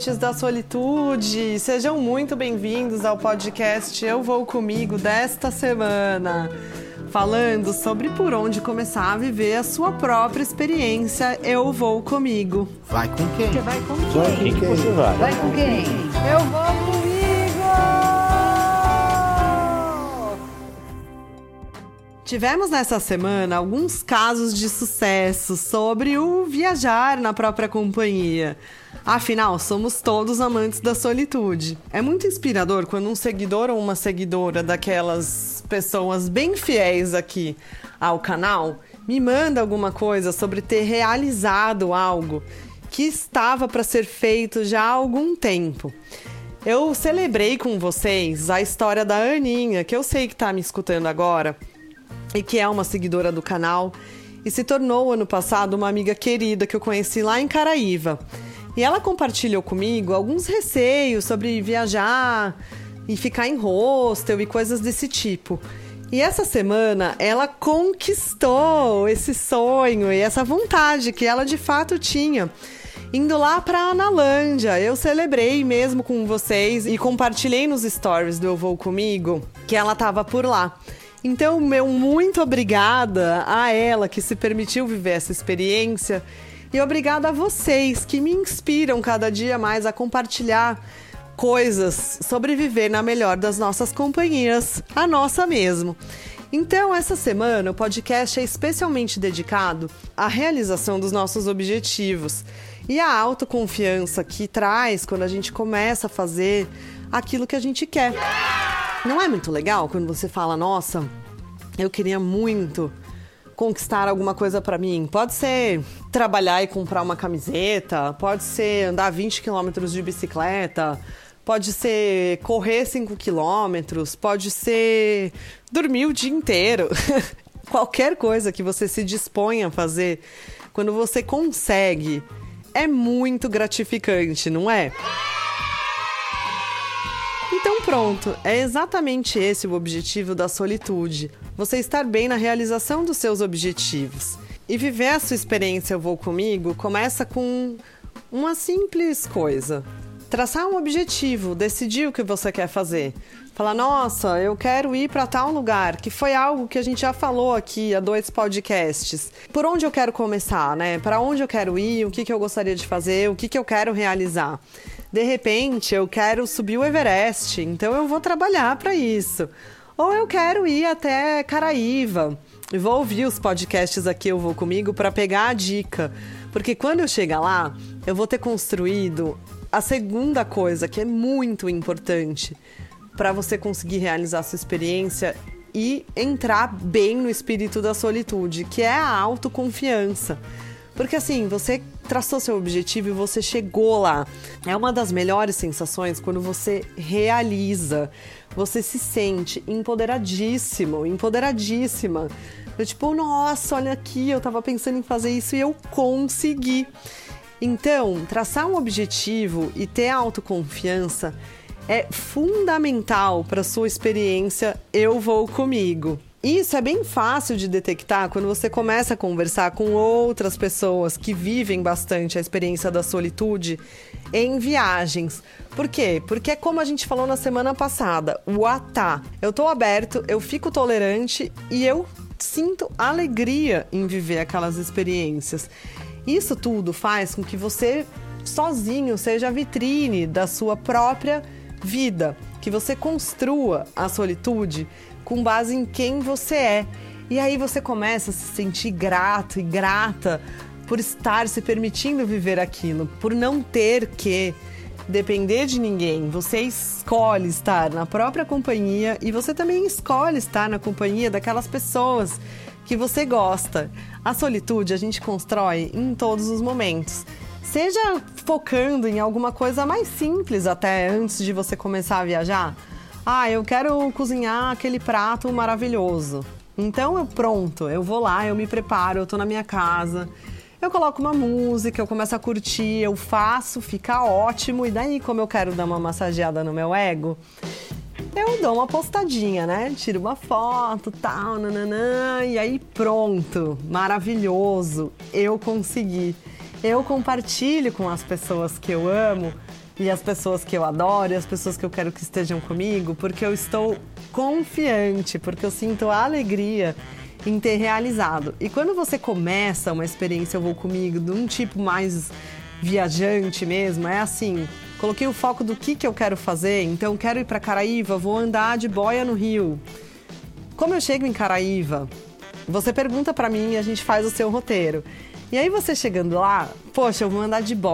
amantes da solitude, sejam muito bem-vindos ao podcast Eu Vou Comigo desta semana, falando sobre por onde começar a viver a sua própria experiência Eu Vou Comigo. Vai com quem? Você vai com quem? Vai com quem você vai? Vai com quem? Eu vou comigo! Tivemos nessa semana alguns casos de sucesso sobre o viajar na própria companhia. Afinal, somos todos amantes da solitude. É muito inspirador quando um seguidor ou uma seguidora daquelas pessoas bem fiéis aqui ao canal me manda alguma coisa sobre ter realizado algo que estava para ser feito já há algum tempo. Eu celebrei com vocês a história da Aninha, que eu sei que está me escutando agora, e que é uma seguidora do canal, e se tornou ano passado uma amiga querida que eu conheci lá em Caraíva. E ela compartilhou comigo alguns receios sobre viajar e ficar em hostel e coisas desse tipo. E essa semana ela conquistou esse sonho e essa vontade que ela de fato tinha, indo lá para a Analândia. Eu celebrei mesmo com vocês e compartilhei nos stories do Eu Vou Comigo que ela estava por lá. Então, meu muito obrigada a ela que se permitiu viver essa experiência e obrigada a vocês que me inspiram cada dia mais a compartilhar coisas sobre viver na melhor das nossas companhias, a nossa mesmo. Então, essa semana o podcast é especialmente dedicado à realização dos nossos objetivos e à autoconfiança que traz quando a gente começa a fazer aquilo que a gente quer. Não é muito legal quando você fala, nossa, eu queria muito conquistar alguma coisa pra mim? Pode ser trabalhar e comprar uma camiseta, pode ser andar 20 quilômetros de bicicleta, pode ser correr 5 quilômetros, pode ser dormir o dia inteiro. Qualquer coisa que você se dispõe a fazer, quando você consegue, é muito gratificante, não é? Então pronto, é exatamente esse o objetivo da solitude. Você estar bem na realização dos seus objetivos. E viver a sua experiência Eu Vou Comigo começa com uma simples coisa. Traçar um objetivo, decidir o que você quer fazer. Falar, nossa, eu quero ir para tal lugar, que foi algo que a gente já falou aqui há 2 podcasts. Por onde eu quero começar, né? Para onde eu quero ir, o que eu gostaria de fazer, o que eu quero realizar. De repente, eu quero subir o Everest, então eu vou trabalhar para isso. Ou eu quero ir até Caraíva. E vou ouvir os podcasts aqui Eu Vou Comigo para pegar a dica. Porque quando eu chegar lá, eu vou ter construído a segunda coisa, que é muito importante para você conseguir realizar a sua experiência e entrar bem no espírito da solitude, que é a autoconfiança. Porque assim, você traçou seu objetivo e você chegou lá. É uma das melhores sensações quando você realiza. Você se sente empoderadíssimo, empoderadíssima. Eu tipo, nossa, olha aqui, eu tava pensando em fazer isso e eu consegui. Então, traçar um objetivo e ter autoconfiança é fundamental para a sua experiência Eu Vou Comigo. Isso é bem fácil de detectar quando você começa a conversar com outras pessoas que vivem bastante a experiência da solitude em viagens. Por quê? Porque é como a gente falou na semana passada, o atá. Eu tô aberto, eu fico tolerante e eu sinto alegria em viver aquelas experiências. Isso tudo faz com que você sozinho seja a vitrine da sua própria vida, que você construa a solitude com base em quem você é. E aí você começa a se sentir grato e grata por estar se permitindo viver aquilo, por não ter que depender de ninguém. Você escolhe estar na própria companhia e você também escolhe estar na companhia daquelas pessoas que você gosta. A solitude a gente constrói em todos os momentos. Seja focando em alguma coisa mais simples até antes de você começar a viajar. Ah, eu quero cozinhar aquele prato maravilhoso. Então, eu vou lá, eu me preparo, eu tô na minha casa, eu coloco uma música, eu começo a curtir, eu faço, fica ótimo. E daí, como eu quero dar uma massageada no meu ego, eu dou uma postadinha, né? Tiro uma foto, tal, nananã, e aí pronto, maravilhoso, eu consegui. Eu compartilho com as pessoas que eu amo e as pessoas que eu adoro, e as pessoas que eu quero que estejam comigo, porque eu estou confiante, porque eu sinto a alegria em ter realizado. E quando você começa uma experiência Eu Vou Comigo de um tipo mais viajante mesmo, é assim, coloquei o foco do que eu quero fazer, então quero ir para Caraíva, vou andar de boia no rio. Como eu chego em Caraíva, você pergunta para mim e a gente faz o seu roteiro. E aí você chegando lá, poxa, eu vou andar de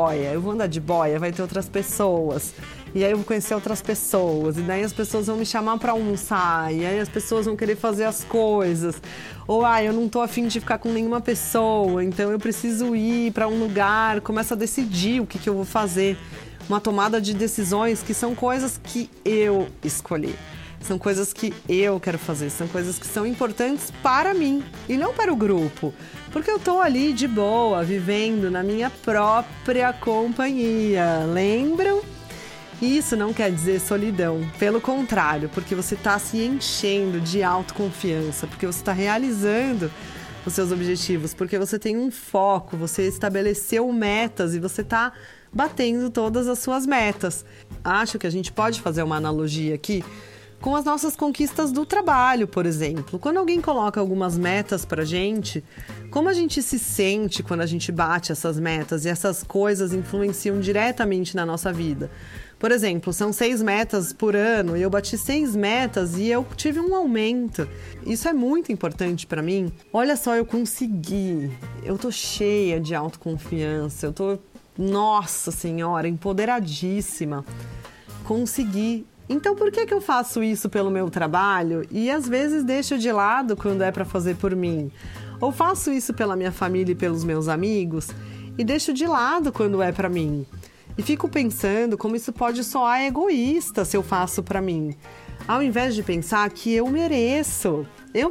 boia, vai ter outras pessoas. E aí eu vou conhecer outras pessoas, e daí as pessoas vão me chamar para almoçar, e aí as pessoas vão querer fazer as coisas. Ou, eu não tô afim de ficar com nenhuma pessoa, então eu preciso ir para um lugar, começo a decidir o que eu vou fazer. Uma tomada de decisões que são coisas que eu escolhi. São coisas que eu quero fazer, são coisas que são importantes para mim e não para o grupo. Porque eu tô ali de boa, vivendo na minha própria companhia. Lembram? Isso não quer dizer solidão, pelo contrário, porque você está se enchendo de autoconfiança, porque você está realizando os seus objetivos, porque você tem um foco, você estabeleceu metas e você está batendo todas as suas metas. Acho que a gente pode fazer uma analogia aqui com as nossas conquistas do trabalho, por exemplo. Quando alguém coloca algumas metas pra gente, como a gente se sente quando a gente bate essas metas e essas coisas influenciam diretamente na nossa vida? Por exemplo, são 6 metas por ano e eu bati 6 metas e eu tive um aumento. Isso é muito importante pra mim. Olha só, eu consegui. Eu tô cheia de autoconfiança. Eu tô, nossa senhora, empoderadíssima. Consegui. Então, por que eu faço isso pelo meu trabalho e às vezes deixo de lado quando é pra fazer por mim? Ou faço isso pela minha família e pelos meus amigos e deixo de lado quando é pra mim? E fico pensando como isso pode soar egoísta se eu faço pra mim. Ao invés de pensar que eu mereço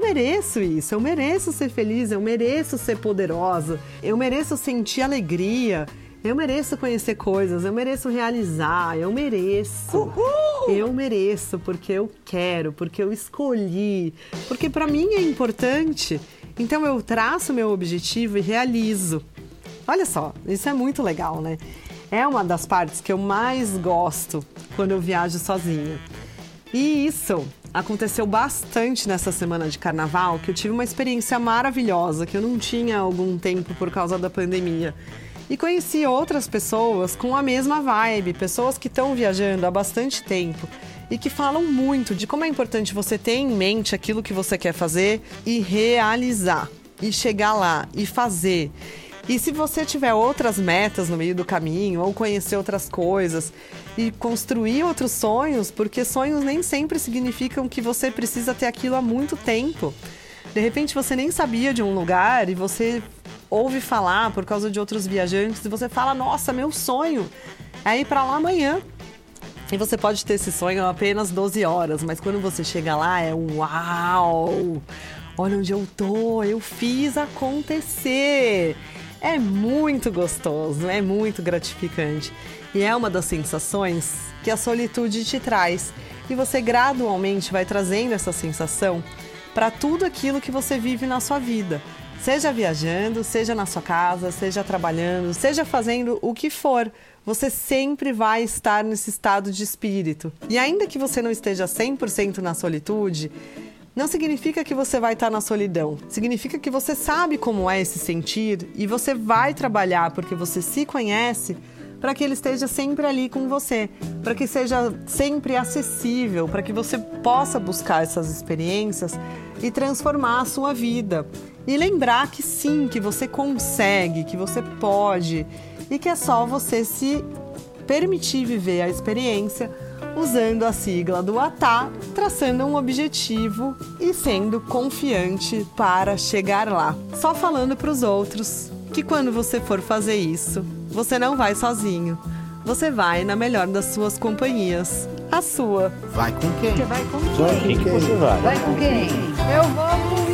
isso, eu mereço ser feliz, eu mereço ser poderosa, eu mereço sentir alegria, eu mereço conhecer coisas, eu mereço realizar, eu mereço. Uhul! Eu mereço porque eu quero, porque eu escolhi, porque pra mim é importante. Então eu traço meu objetivo e realizo. Olha só, isso é muito legal, né? É uma das partes que eu mais gosto quando eu viajo sozinha. E isso aconteceu bastante nessa semana de carnaval, que eu tive uma experiência maravilhosa, que eu não tinha há algum tempo por causa da pandemia. E conheci outras pessoas com a mesma vibe, pessoas que estão viajando há bastante tempo e que falam muito de como é importante você ter em mente aquilo que você quer fazer e realizar, e chegar lá e fazer. E se você tiver outras metas no meio do caminho, ou conhecer outras coisas e construir outros sonhos, porque sonhos nem sempre significam que você precisa ter aquilo há muito tempo. De repente você nem sabia de um lugar e você ouve falar por causa de outros viajantes e você fala, nossa, meu sonho é ir pra lá amanhã. E você pode ter esse sonho há apenas 12 horas, mas quando você chega lá é uau! Olha onde eu tô, eu fiz acontecer! É muito gostoso, é muito gratificante. E é uma das sensações que a solitude te traz. E você gradualmente vai trazendo essa sensação para tudo aquilo que você vive na sua vida. Seja viajando, seja na sua casa, seja trabalhando, seja fazendo o que for. Você sempre vai estar nesse estado de espírito. E ainda que você não esteja 100% na solitude, não significa que você vai estar na solidão. Significa que você sabe como é esse sentir e você vai trabalhar porque você se conhece para que ele esteja sempre ali com você, para que seja sempre acessível, para que você possa buscar essas experiências e transformar a sua vida. E lembrar que sim, que você consegue, que você pode e que é só você se permitir viver a experiência usando a sigla do ATA, traçando um objetivo e sendo confiante para chegar lá. Só falando para os outros que quando você for fazer isso, você não vai sozinho. Você vai na melhor das suas companhias. A sua. Vai com quem? Você vai com quem? Vai com quem? Vai com quem? Eu vou com